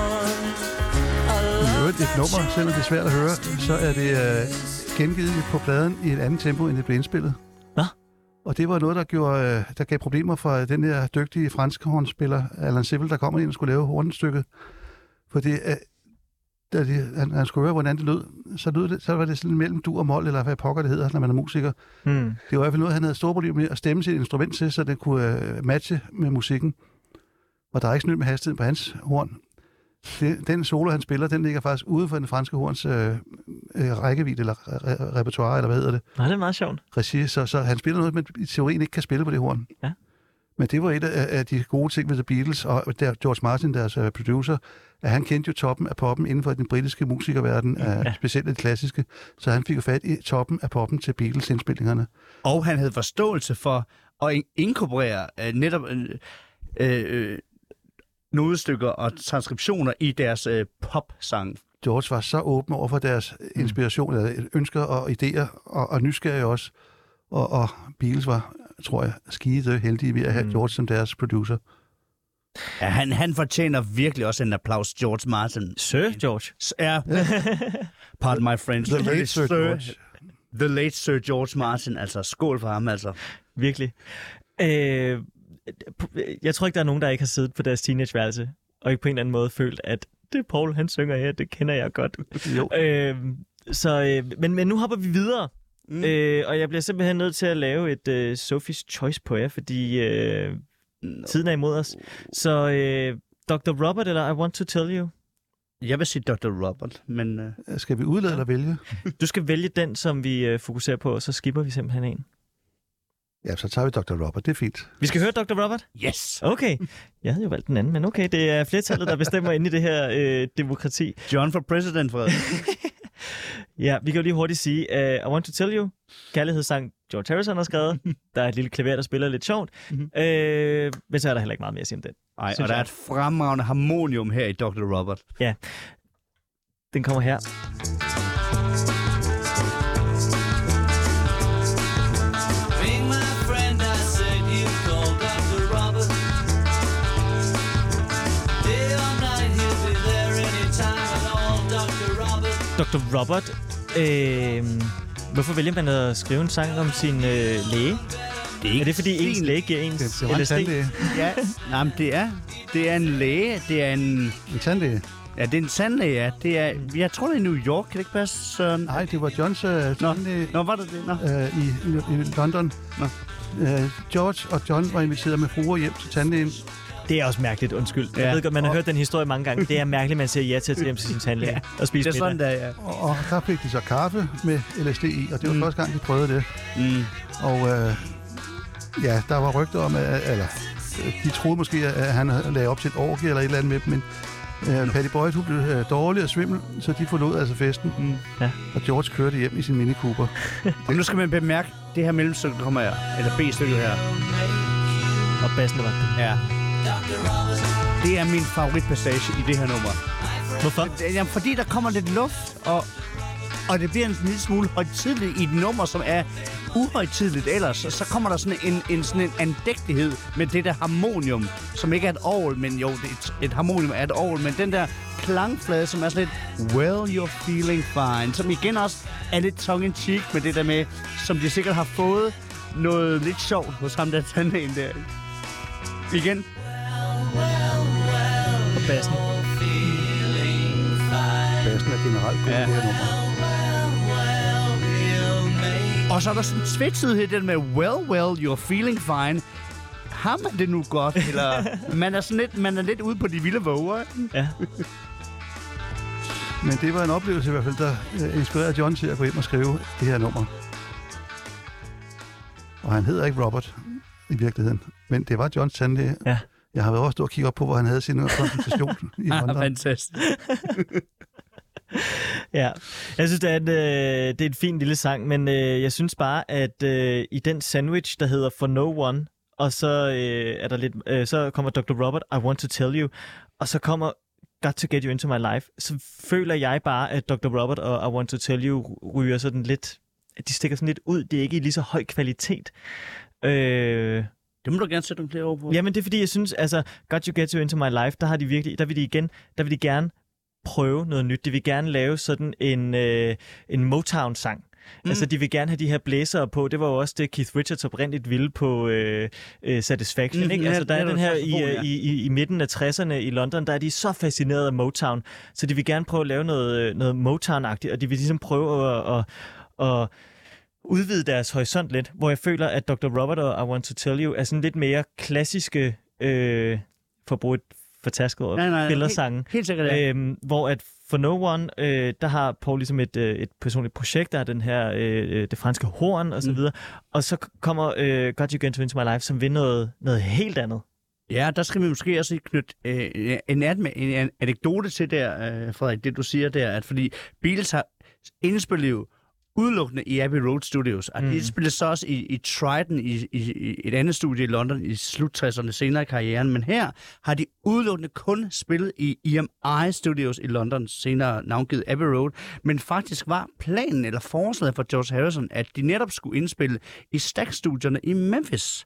one. I øvrigt et nummer, selvom det er svært at høre, så er det gengivet på pladen i et andet tempo, end det blev indspillet. Nå? Og det var noget, der gav problemer for den der dygtige franske hornspiller, Alan Civil, der kommer ind og skulle lave hornstykket. Fordi da han skulle høre, hvordan det lød, så var det sådan mellem dur og mol, eller hvad pokker det hedder, når man er musiker. Det var i hvert fald noget, han havde store problemer med at stemme sit instrument til, så det kunne matche med musikken. Og der er ikke snyd med hastigheden på hans horn. Den solo, han spiller, den ligger faktisk ude for den franske horns rækkevidde, eller repertoire, eller hvad hedder det? Nej, det er meget sjovt. Regi, så han spiller noget, men i teorien ikke kan spille på det horn. Ja. Men det var et af de gode ting ved The Beatles, og der George Martin, deres producer, at han kendte jo toppen af poppen inden for den britiske musikerverden, specielt det klassiske, så han fik jo fat i toppen af poppen til Beatles-indspillingerne. Og han havde forståelse for at inkorporere netop nodestykker og transkriptioner i deres popsang. George var så åben over for deres inspiration, eller ønsker og idéer, og nysgerrige også. Og Beatles var, tror jeg, skide heldige ved at have George som deres producer. Ja, han fortjener virkelig også en applaus, George Martin. Sir George. Ja. Pardon my French. The late Sir George. The late Sir George Martin. Altså, skål for ham, altså. Virkelig. Jeg tror ikke, der er nogen, der ikke har siddet på deres teenageværelse, og ikke på en eller anden måde følt, at det Paul, han synger her, det kender jeg godt. Jo. Men nu hopper vi videre. Og jeg bliver simpelthen nødt til at lave et Sophie's Choice på jer, fordi tiden er imod os. Så Dr. Robert eller I Want to Tell You? Jeg vil sige Dr. Robert, men... Skal vi udlade eller vælge? Du skal vælge den, som vi fokuserer på, og så skipper vi simpelthen en. Ja, så tager vi Dr. Robert. Det er fint. Vi skal høre Dr. Robert? Yes! Okay. Jeg havde jo valgt den anden, men okay, det er flertallet, der bestemmer inde i det her demokrati. John for president, Fred. Ja, vi kan jo lige hurtigt sige, I Want to Tell You, kærlighedssang George Harrison har skrevet. Der er et lille klaver, der spiller lidt sjovt. Men så er der heller ikke meget mere at sige om den. Nej, og der er et fremragende harmonium her i Dr. Robert. Ja, den kommer her. Dr. Robert, hvorfor vælger man at skrive en sang om sin læge? Er det fordi ens læge giver ens LSD? Ja, nej, men det er en læge, det er en tandlæge. Ja, det er en tandlæge, ja. Det er, jeg tror, det er New York, kan det ikke passe, Søren? Nej, det var Johns tandlæge. Nå, var det det? Nå. I London. Nå. George og John var inviteret med fruer hjem til tandlægen. Det er også mærkeligt, undskyld. Ja. Jeg ved godt, man har hørt den historie mange gange. Det er mærkeligt, man siger ja til at tage hjem til sin tandlæge og spise middag. Det er sådan, der, ja. Og der fik de så kaffe med LSD i, og det var første gang, de prøvede det. Og ja, der var rygter om, eller de troede måske, at han lagde op til et orgie eller et eller andet med dem, men Patty Boyd, hun blev dårlig og svimmel, så de forlod altså festen. Ja. Og George kørte hjem i sin Mini Cooper. Og nu skal man bemærke, det her mellemstykke, der kommer her, eller B-stykke her. Og bassen var det. Ja. Det er min favoritpassage i det her nummer. Hvorfor? Jamen, fordi der kommer lidt luft, og det bliver en lille smule højtidligt i et nummer, som er uhøjtidligt ellers. Så kommer der sådan en andægtighed med det der harmonium, som ikke er et orgel, men jo, et harmonium er et orgel, men den der klangflade, som er sådan lidt well, you're feeling fine, som igen også er lidt tongue-in-cheek med det der med, som de sikkert har fået noget lidt sjovt hos ham der tandlægen der. Igen. Og bassen. Bassen er generelt god i det her nummer. Og så er der sådan en svitstighed den med, well, you're feeling fine. Har man det nu godt? Eller man er lidt ude på de vilde våger. Ja. Men det var en oplevelse i hvert fald, der inspirerede John til at gå hjem og skrive det her nummer. Og han hedder ikke Robert i virkeligheden, men det var Johns tandlæge. Ja. Jeg har været også stået og kigge op på, hvor han havde sin konsultation i London. Fantastisk. Ja, jeg synes, det er en fin lille sang, men jeg synes bare, at i den sandwich, der hedder For No One, og så er der lidt, så kommer Dr. Robert, I Want to Tell You, og så kommer Got to Get You Into My Life, så føler jeg bare, at Dr. Robert og I Want to Tell You ryger sådan lidt, de stikker sådan lidt ud, det er ikke i lige så høj kvalitet. Det må du gerne sætte nogle flere over på. Jamen, det er fordi, jeg synes, altså, Got to Get You Into My Life, der vil de gerne prøve noget nyt. De vil gerne lave sådan en Motown-sang. Altså, de vil gerne have de her blæsere på. Det var jo også det, Keith Richards oprindeligt ville på Satisfaction, ikke? Altså, der er den her i midten af 60'erne i London, der er de så fascineret af Motown, så de vil gerne prøve at lave noget Motown-agtigt, og de vil ligesom prøve at udvide deres horisont lidt, hvor jeg føler, at Dr. Robert og I Want to Tell You er sådan lidt mere klassiske, for at bruge et fortasket ord, billedsange. Helt sikkert, ja. Hvor at For No One, der har Paul ligesom et personligt projekt, der er den her, det franske horn og så videre, og så kommer Got You Get Into My Life, som vil noget helt andet. Ja, der skal vi måske også knytte en anekdote til der, Frederik, det du siger der, at fordi Beatles har indspillet udelukkende i Abbey Road Studios, og de spillede så også i Triton, i et andet studie i London i slut-60'erne senere i karrieren, men her har de udelukkende kun spillet i EMI Studios i London, senere navngivet Abbey Road, men faktisk var planen eller forslaget for George Harrison, at de netop skulle indspille i Stax-studierne i Memphis.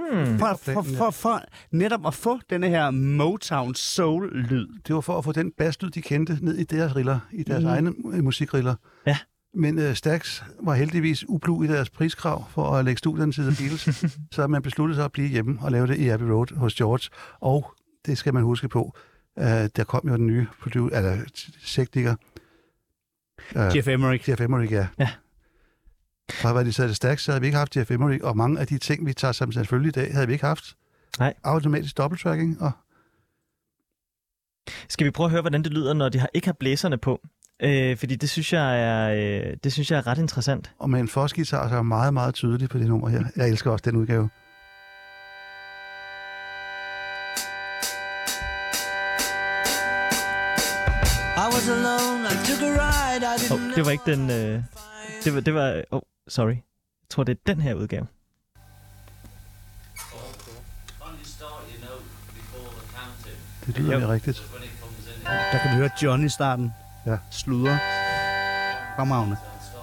For netop at få denne her Motown Soul-lyd. Det var for at få den basslyd, de kendte, ned i deres riller, i deres egne musikriller. Ja. Men Stax var heldigvis ublu i deres priskrav for at lægge studierne til The Beatles, så man besluttede sig at blive hjemme og lave det i Abbey Road hos George. Og det skal man huske på, der kom jo den nye tekniker. Jeff Emerick. Jeff Emerick, ja. For hvad de sagde Stax, så havde vi ikke haft Jeff Emerick, og mange af de ting, vi tager som selvfølgelig i dag, havde vi ikke haft. Nej. Automatisk dobbelttracking og Skal vi prøve at høre, hvordan det lyder, når de ikke har blæserne på? Fordi det synes jeg er ret interessant. Og med en Foss-guitar, så er meget, meget tydeligt på det nummer her. Jeg elsker også den udgave. I was alone, I took a ride, I didn't det var ikke den... Det var... sorry. Jeg tror, det er den her udgave. Det lyder mere rigtigt. Der kan du høre John i starten. Ja. Sluder. Fremragende.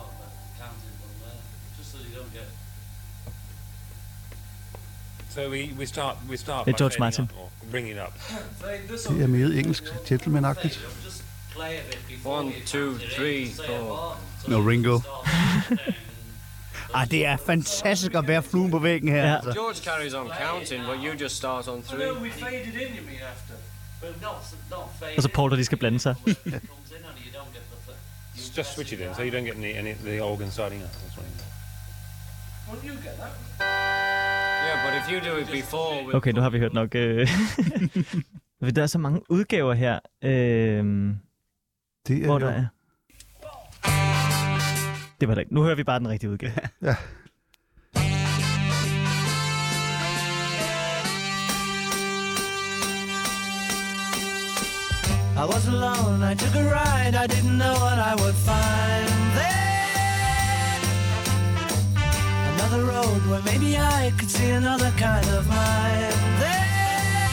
So we start Det er George Martin. Bring it up. Det er mere engelsk, gentleman-agtigt. 1, 2, 3, 4. No, Ringo. Det er fantastisk at være fluen på væggen her. Ja. Altså. George carries on counting, but you just start on 3. we faded in, you mean, after? But not faded. Og så Paul, der de skal blande sig. Just switch it in, so you don't get the organ starting up. That's what I mean. Won't you get that? Yeah, but if you do it before... Okay, nu har vi hørt nok. Der er så mange udgaver her, Det er hvor jo, der er... Det var det ikke. Nu hører vi bare den rigtige udgave. ja. I was alone, I took a ride, I didn't know what I would find there. Another road where maybe I could see another kind of mind there.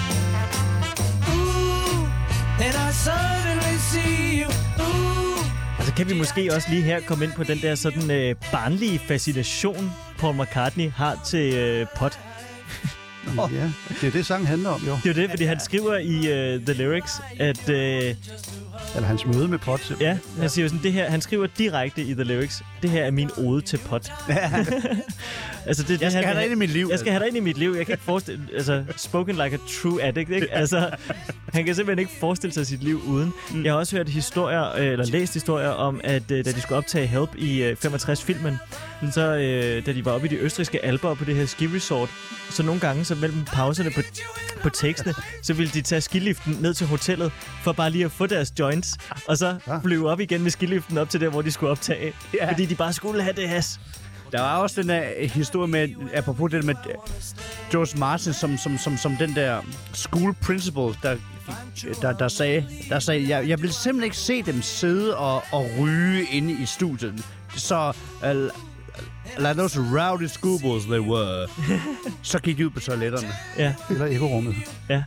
Ooh, and I suddenly see you, ooh. Altså kan vi måske også lige her komme ind på den der sådan barnlige fascination, Paul McCartney har til pot. Ja, det er det, sangen handler om, jo. Det er jo det, fordi han skriver i The Lyrics, at... Eller hans møde med pot, simpelthen. Ja, han siger jo sådan, det her, han skriver direkte i The Lyrics, det her er min ode til pot. Altså, det, Jeg skal have dig ind i mit liv. Jeg skal have dig ind i mit liv. Jeg kan ikke forestille... Altså, spoken like a true addict, ikke? Altså, han kan simpelthen ikke forestille sig sit liv uden. Jeg har også hørt historier, eller læst historier om, at da de skulle optage Help i 65-filmen, så da de var oppe i de østrigske alper på det her skiresort, så nogle gange, så mellem pauserne på tekstene, så ville de tage skiliften ned til hotellet, for bare lige at få deres joints, og så flyve op igen med skiliften op til der, hvor de skulle optage. Ja. Fordi de bare skulle have det has. Der var også den der historie med, apropos det med George Martin, som den der school principal, der sagde, jeg ville simpelthen ikke se dem sidde og ryge inde i studiet. Så like those rowdy schoolboys they were. Så gik de ud på toiletterne. Ja. Eller ekorummet. Ja.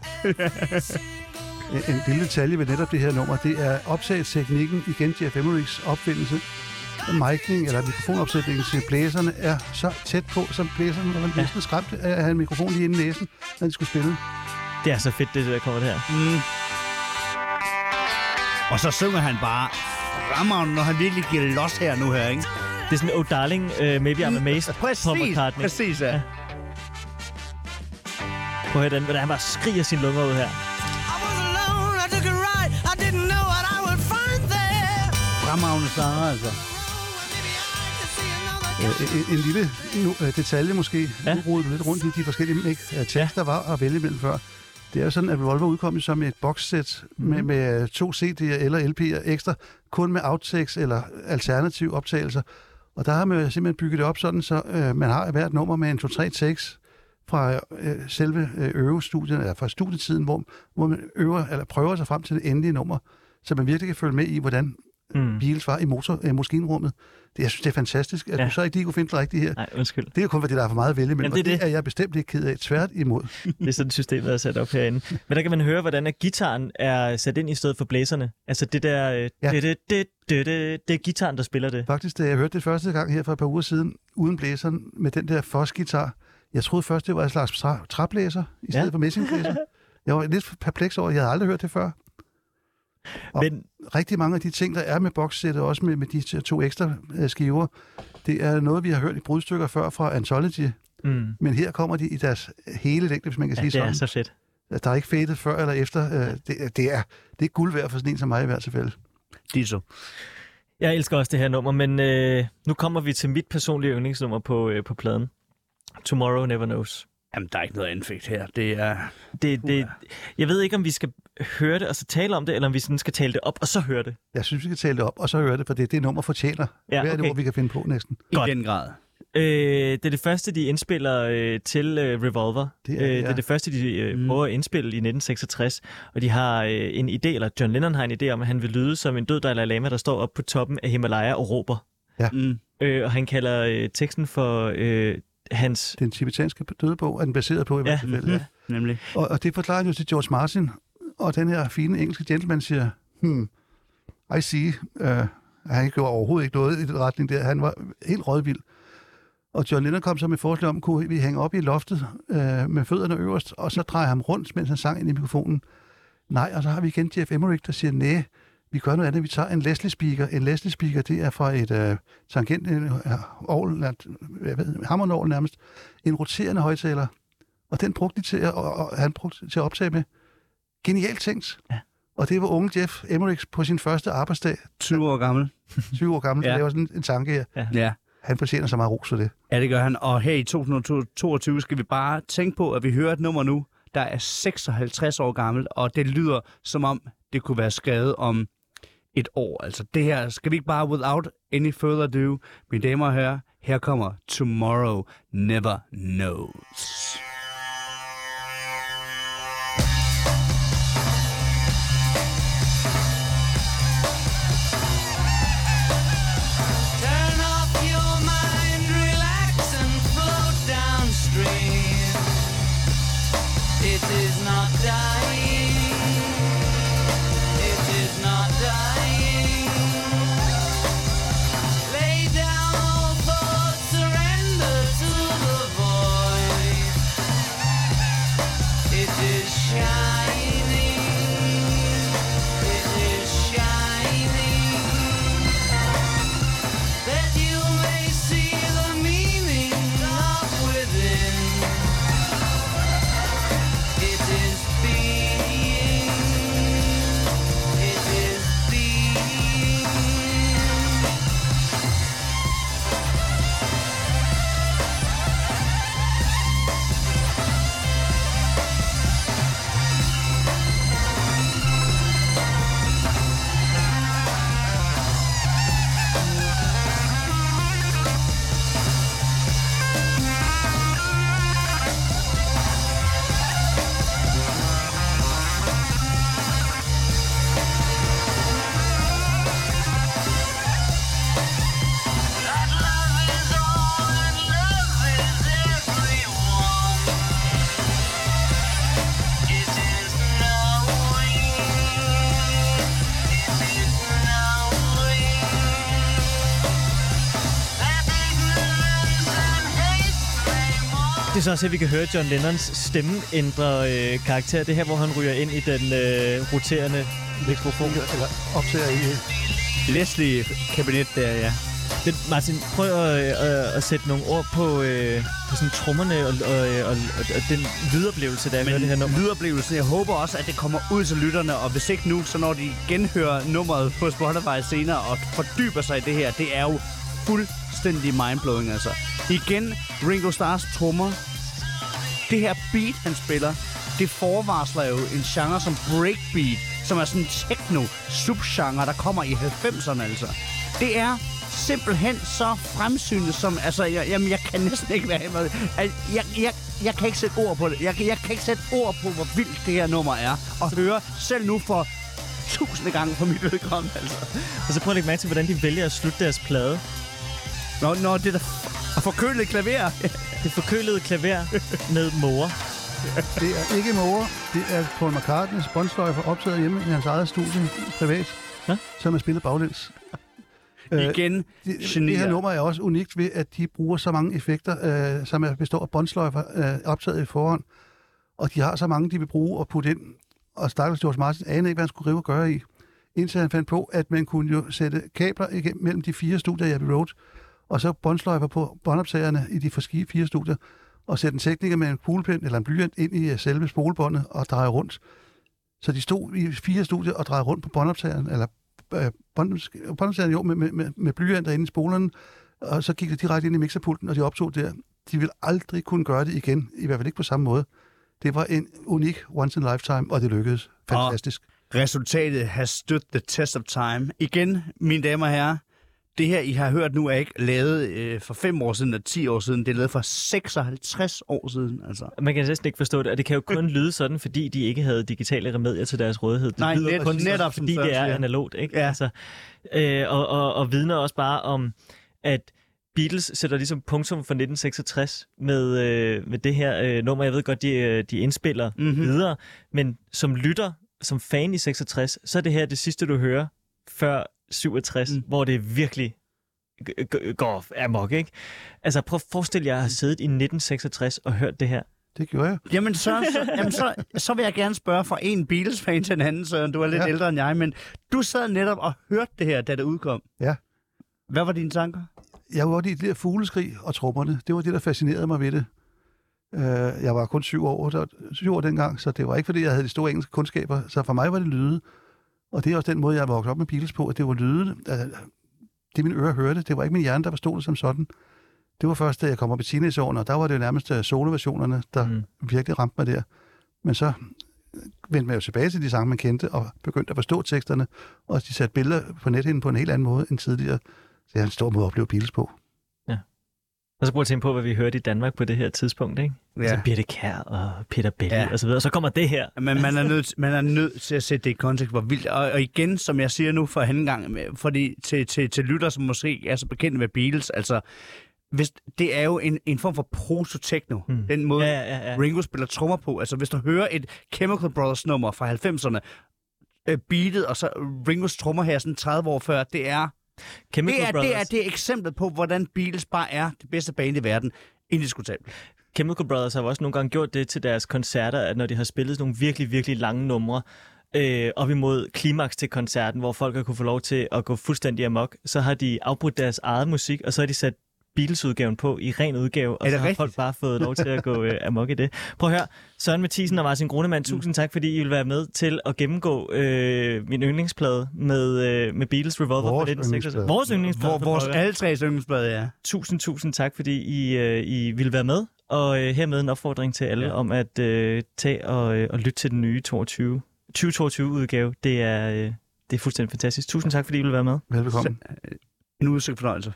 En lille detalje ved netop det her nummer, det er opsagsteknikken, igen Jeff Emmerichs opfindelse. Micning, eller mikrofonopsætningen til blæserne, er så tæt på, som blæserne, når man næsten skræmte at have en mikrofon lige inde i næsen, når de skulle spille. Det er så fedt, det der kommer der. Og så synger han bare fremragende, når han virkelig giver los her nu her, ikke? Det er sådan, oh darling, maybe I'm amazed. Paul McCartney. Præcis, ja. Prøv at høre den, hvordan han bare skriger sine lunger ud her. Fremragende sanger, altså. En lille detalje måske. Nu rodede du lidt rundt i de forskellige tekster, der var at vælge imellem før. Det er jo sådan, at Revolver udkom som et boxsæt med 2 CD'er eller LP'er ekstra, kun med outtakes eller alternative optagelser. Og der har man simpelthen bygget det op sådan, så man har hvert nummer med en 2-3 takes fra selve øvestudien, eller fra studietiden, hvor man øver eller prøver sig frem til det endelige nummer, så man virkelig kan følge med i, hvordan Beatles var i maskinrummet. Jeg synes, det er fantastisk, at du så ikke lige kunne finde det rigtige her. Nej, undskyld. Det er jo kun, fordi der er for meget vælge, men det er jeg bestemt ikke ked af. Tvært imod. Det er sådan, systemet er sat op herinde. Men der kan man høre, hvordan gitaren er sat ind i stedet for blæserne. Altså det der... Det er gitaren, der spiller det. Faktisk, da jeg hørte det første gang her for et par uger siden, uden blæseren, med den der Foss-guitar, jeg troede først, det var en slags træblæser, i stedet for messingblæser. Jeg var lidt perpleks over, jeg havde aldrig hørt det før. Men rigtig mange af de ting, der er med boxsættet, også med de 2 ekstra skiver, det er noget, vi har hørt i brudstykker før fra Anthology. Men her kommer de i deres hele længde, hvis man kan sige sådan. Det er så fedt. Der er ikke fadet før eller efter. Det er guld værd for sådan en som mig i hvert tilfælde. Ditto. Jeg elsker også det her nummer, men nu kommer vi til mit personlige yndlingsnummer på pladen. Tomorrow Never Knows. Jamen, der er ikke noget anfægt her. Det er... Jeg ved ikke, om vi skal høre det, og så tale om det, eller om vi sådan skal tale det op, og så høre det? Jeg synes, vi skal tale det op, og så høre det, for det nummer fortjener. Ja, Hvad er det ord, vi kan finde på næsten? I den grad. Det er det første, de indspiller til Revolver. Det er det første, de prøver at indspille i 1966. Og de har en idé, eller John Lennon har en idé om, at han vil lyde som en død Dalai Lama, der står oppe på toppen af Himalaya og råber. Ja. Og han kalder teksten for hans... Den tibetanske dødebog er den baseret på i hvert fald. Ja. Nemlig. Og det forklarer han jo til George Martin, og den her fine engelske gentleman siger, I see. Han gjorde overhovedet ikke noget i den retning der. Han var helt rådvild. Og John Lennon kom så med forslag om, kunne vi hænge op i loftet med fødderne øverst, og så dreje ham rundt, mens han sang ind i mikrofonen. Nej, og så har vi igen Jeff Emerick, der siger, nej, vi gør noget andet. Vi tager en Leslie speaker. En Leslie speaker, det er fra et tangent, hammernål nærmest, en roterende højtaler. Og den brugte de til han brugte til at optage med. Genialt tænkt. Ja. Og det var unge Jeff Emerick på sin første arbejdsdag. 20 år gammel. 20 år gammel, ja. Det var sådan en tanke her. Ja. Han fortjener så meget ros for det. Ja, det gør han. Og her i 2022 skal vi bare tænke på, at vi hører et nummer nu, der er 56 år gammel, og det lyder som om, det kunne være skrevet om et år. Altså det her, skal vi ikke bare without any further ado, mine damer og herrer, her kommer Tomorrow Never Knows. Det er så også, at vi kan høre John Lennons stemme ændre karakter. Det her, hvor han ryger ind i den roterende mikrofon. Eller optager i Leslie-kabinet der, ja. Martin, prøv at sætte nogle ord på sådan trommerne og den lydoplevelse, der er med det her nummer. Lydoplevelse, jeg håber også, at det kommer ud til lytterne, og hvis ikke nu, så når de genhører nummeret på Spotify senere og fordyber sig i det her, det er jo fuldstændig mindblowing, altså. Igen, Ringo Starrs trommer. Det her beat, han spiller, det forvarsler jo en genre som breakbeat, som er sådan en techno-subgenre, der kommer i 90'erne, altså. Det er simpelthen så fremsynet som... Altså, jeg kan næsten ikke være med. Jeg kan ikke sætte ord på det. Jeg kan ikke sætte ord på, hvor vildt det her nummer er. Og høre selv nu for 1000 gange for mit vedkommende, altså. Og så prøv at lægge mærke til, hvordan de vælger at slutte deres plade. Nå, det der forkølede klaver. Det forkølede klaver med måger. Det er ikke måger. Det er Paul McCartneys båndsløjfer optaget hjemme i hans eget studie privat, som er spillet baglæns. Igen, det her nummer er også unikt ved, at de bruger så mange effekter, som består af båndsløjfer optaget i forhånd. Og de har så mange, de vil bruge og putte ind. Og stakkels George Martin anede ikke, hvad han skulle rive og gøre i. Indtil han fandt på, at man kunne jo sætte kabler igennem mellem de 4 studier i Abbey Road, og så båndsløjfer på båndoptagerne i de 4 studier, og sætte en tekniker med en kuglepen eller en blyant ind i selve spolebåndet og dreje rundt. Så de stod i 4 studier og drejede rundt på båndoptageren, eller båndoptageren jo med blyanter inde i spolerne, og så gik det direkte ind i mixerpulten, og de optog der. De vil aldrig kunne gøre det igen, i hvert fald ikke på samme måde. Det var en unik once in a lifetime, og det lykkedes. Fantastisk. Resultatet has stood the test of time. Igen, mine damer og herrer, det her, I har hørt nu, er ikke lavet for 5 år siden eller 10 år siden. Det er lavet for 56 år siden. Altså. Man kan næsten ikke forstå det, og det kan jo kun lyde sådan, fordi de ikke havde digitale remedier til deres rådighed. Det lyder kun netop, fordi det er analogt, ikke? Ja. Altså, og vidner også bare om, at Beatles sætter ligesom punktum for 1966 med det her nummer. Jeg ved godt, de indspiller videre, men som lytter, som fan i 66, så er det her det sidste, du hører før 67, hvor det virkelig går amok, ikke? Altså prøv at forestille jer at have siddet i 1966 og hørt det her. Det gjorde jeg. Jamen, så vil jeg gerne spørge fra en Beatles-fan til en anden, Søren. Du er lidt ældre end jeg, men du sad netop og hørte det her, da det udkom. Ja. Hvad var dine tanker? Jeg var i det der fugleskrig og trommerne. Det var det, der fascinerede mig ved det. Jeg var kun 7 år dengang, så det var ikke, fordi jeg havde de store engelske kundskaber. Så for mig var det lyde. Og det er også den måde, jeg voksede op med Beatles på, at det var lyde. Det mine ører hørte. Det var ikke min hjerne, der forstod det som sådan. Det var først, da jeg kom op i teenageårene, og der var det jo nærmest soloversionerne, der virkelig ramte mig der. Men så vendte man jo tilbage til de sange, man kendte, og begyndte at forstå teksterne, og de satte billeder på nethinden på en helt anden måde end tidligere. Så det er en stor måde at opleve Beatles på. Ja. Og så prøv at tænke på, hvad vi hørte i Danmark på det her tidspunkt, ikke? Ja. Altså Birthe Kjær og Peter Belli og så videre. Og så kommer det her. Men man er nødt til at sætte det i kontekst, hvor vildt. Og igen, som jeg siger nu for anden gang, fordi til lytter, som måske er så bekendte med Beatles, altså hvis, det er jo en form for proto-techno. Den måde, Ringo spiller trommer på. Altså, hvis du hører et Chemical Brothers nummer fra 90'erne, beatet, og så Ringos trommer her sådan 30 år før, det er eksemplet på, hvordan Beatles bare er det bedste band i verden. Indiskutabelt. Chemical Brothers har også nogle gange gjort det til deres koncerter, at når de har spillet nogle virkelig, virkelig lange numre, op imod klimaks til koncerten, hvor folk har kunne få lov til at gå fuldstændig amok, så har de afbrudt deres eget musik, og så har de sat Beatles-udgaven på i ren udgave, og så har folk bare fået lov til at gå amok i det. Prøv at høre, Søren Mathisen og Martin Grunemann, tusind tak, fordi I vil være med til at gennemgå min yndlingsplade med Beatles Revolver fra 1966. Vores yndlingsplade. Vores alle tre yndlingsplade, ja. Tusind tak, fordi I vil være med, og hermed en opfordring til alle om at tage og lytte til den nye 2022-udgave. Det er fuldstændig fantastisk. Tusind tak, fordi I vil være med. Velbekomme. En udsøgt fornøjelse.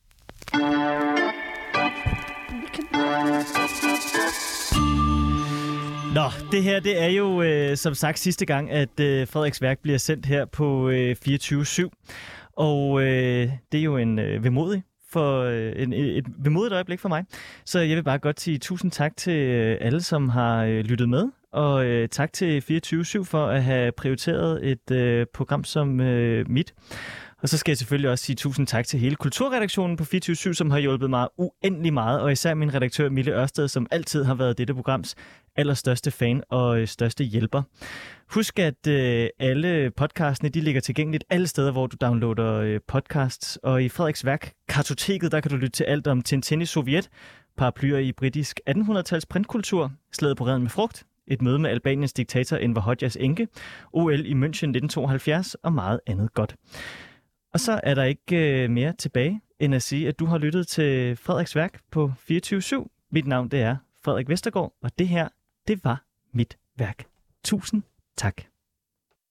Nå, det her det er jo som sagt sidste gang, at Frederiks værk bliver sendt her på 24/7. Og det er jo en vemodig et vemodigt øjeblik for mig. Så jeg vil bare godt sige tusind tak til alle, som har lyttet med. Og tak til 24/7 for at have prioriteret et program som mit. Og så skal jeg selvfølgelig også sige tusind tak til hele kulturredaktionen på 24/7, som har hjulpet mig uendelig meget, og især min redaktør Mille Ørsted, som altid har været dette programs allerstørste fan og største hjælper. Husk, at alle podcastene de ligger tilgængeligt alle steder, hvor du downloader podcasts, og i Frederiks værk, Kartoteket, der kan du lytte til alt om Tintin i Sovjet, paraplyer i britisk 1800-tals printkultur, slaget på Reden med frugt, et møde med Albaniens diktator Enver Hoxhas enke, OL i München 1972 og meget andet godt. Og så er der ikke mere tilbage, end at sige, at du har lyttet til Frederiks værk på 24/7. Mit navn det er Frederik Vestergaard, og det her, det var mit værk. Tusind tak.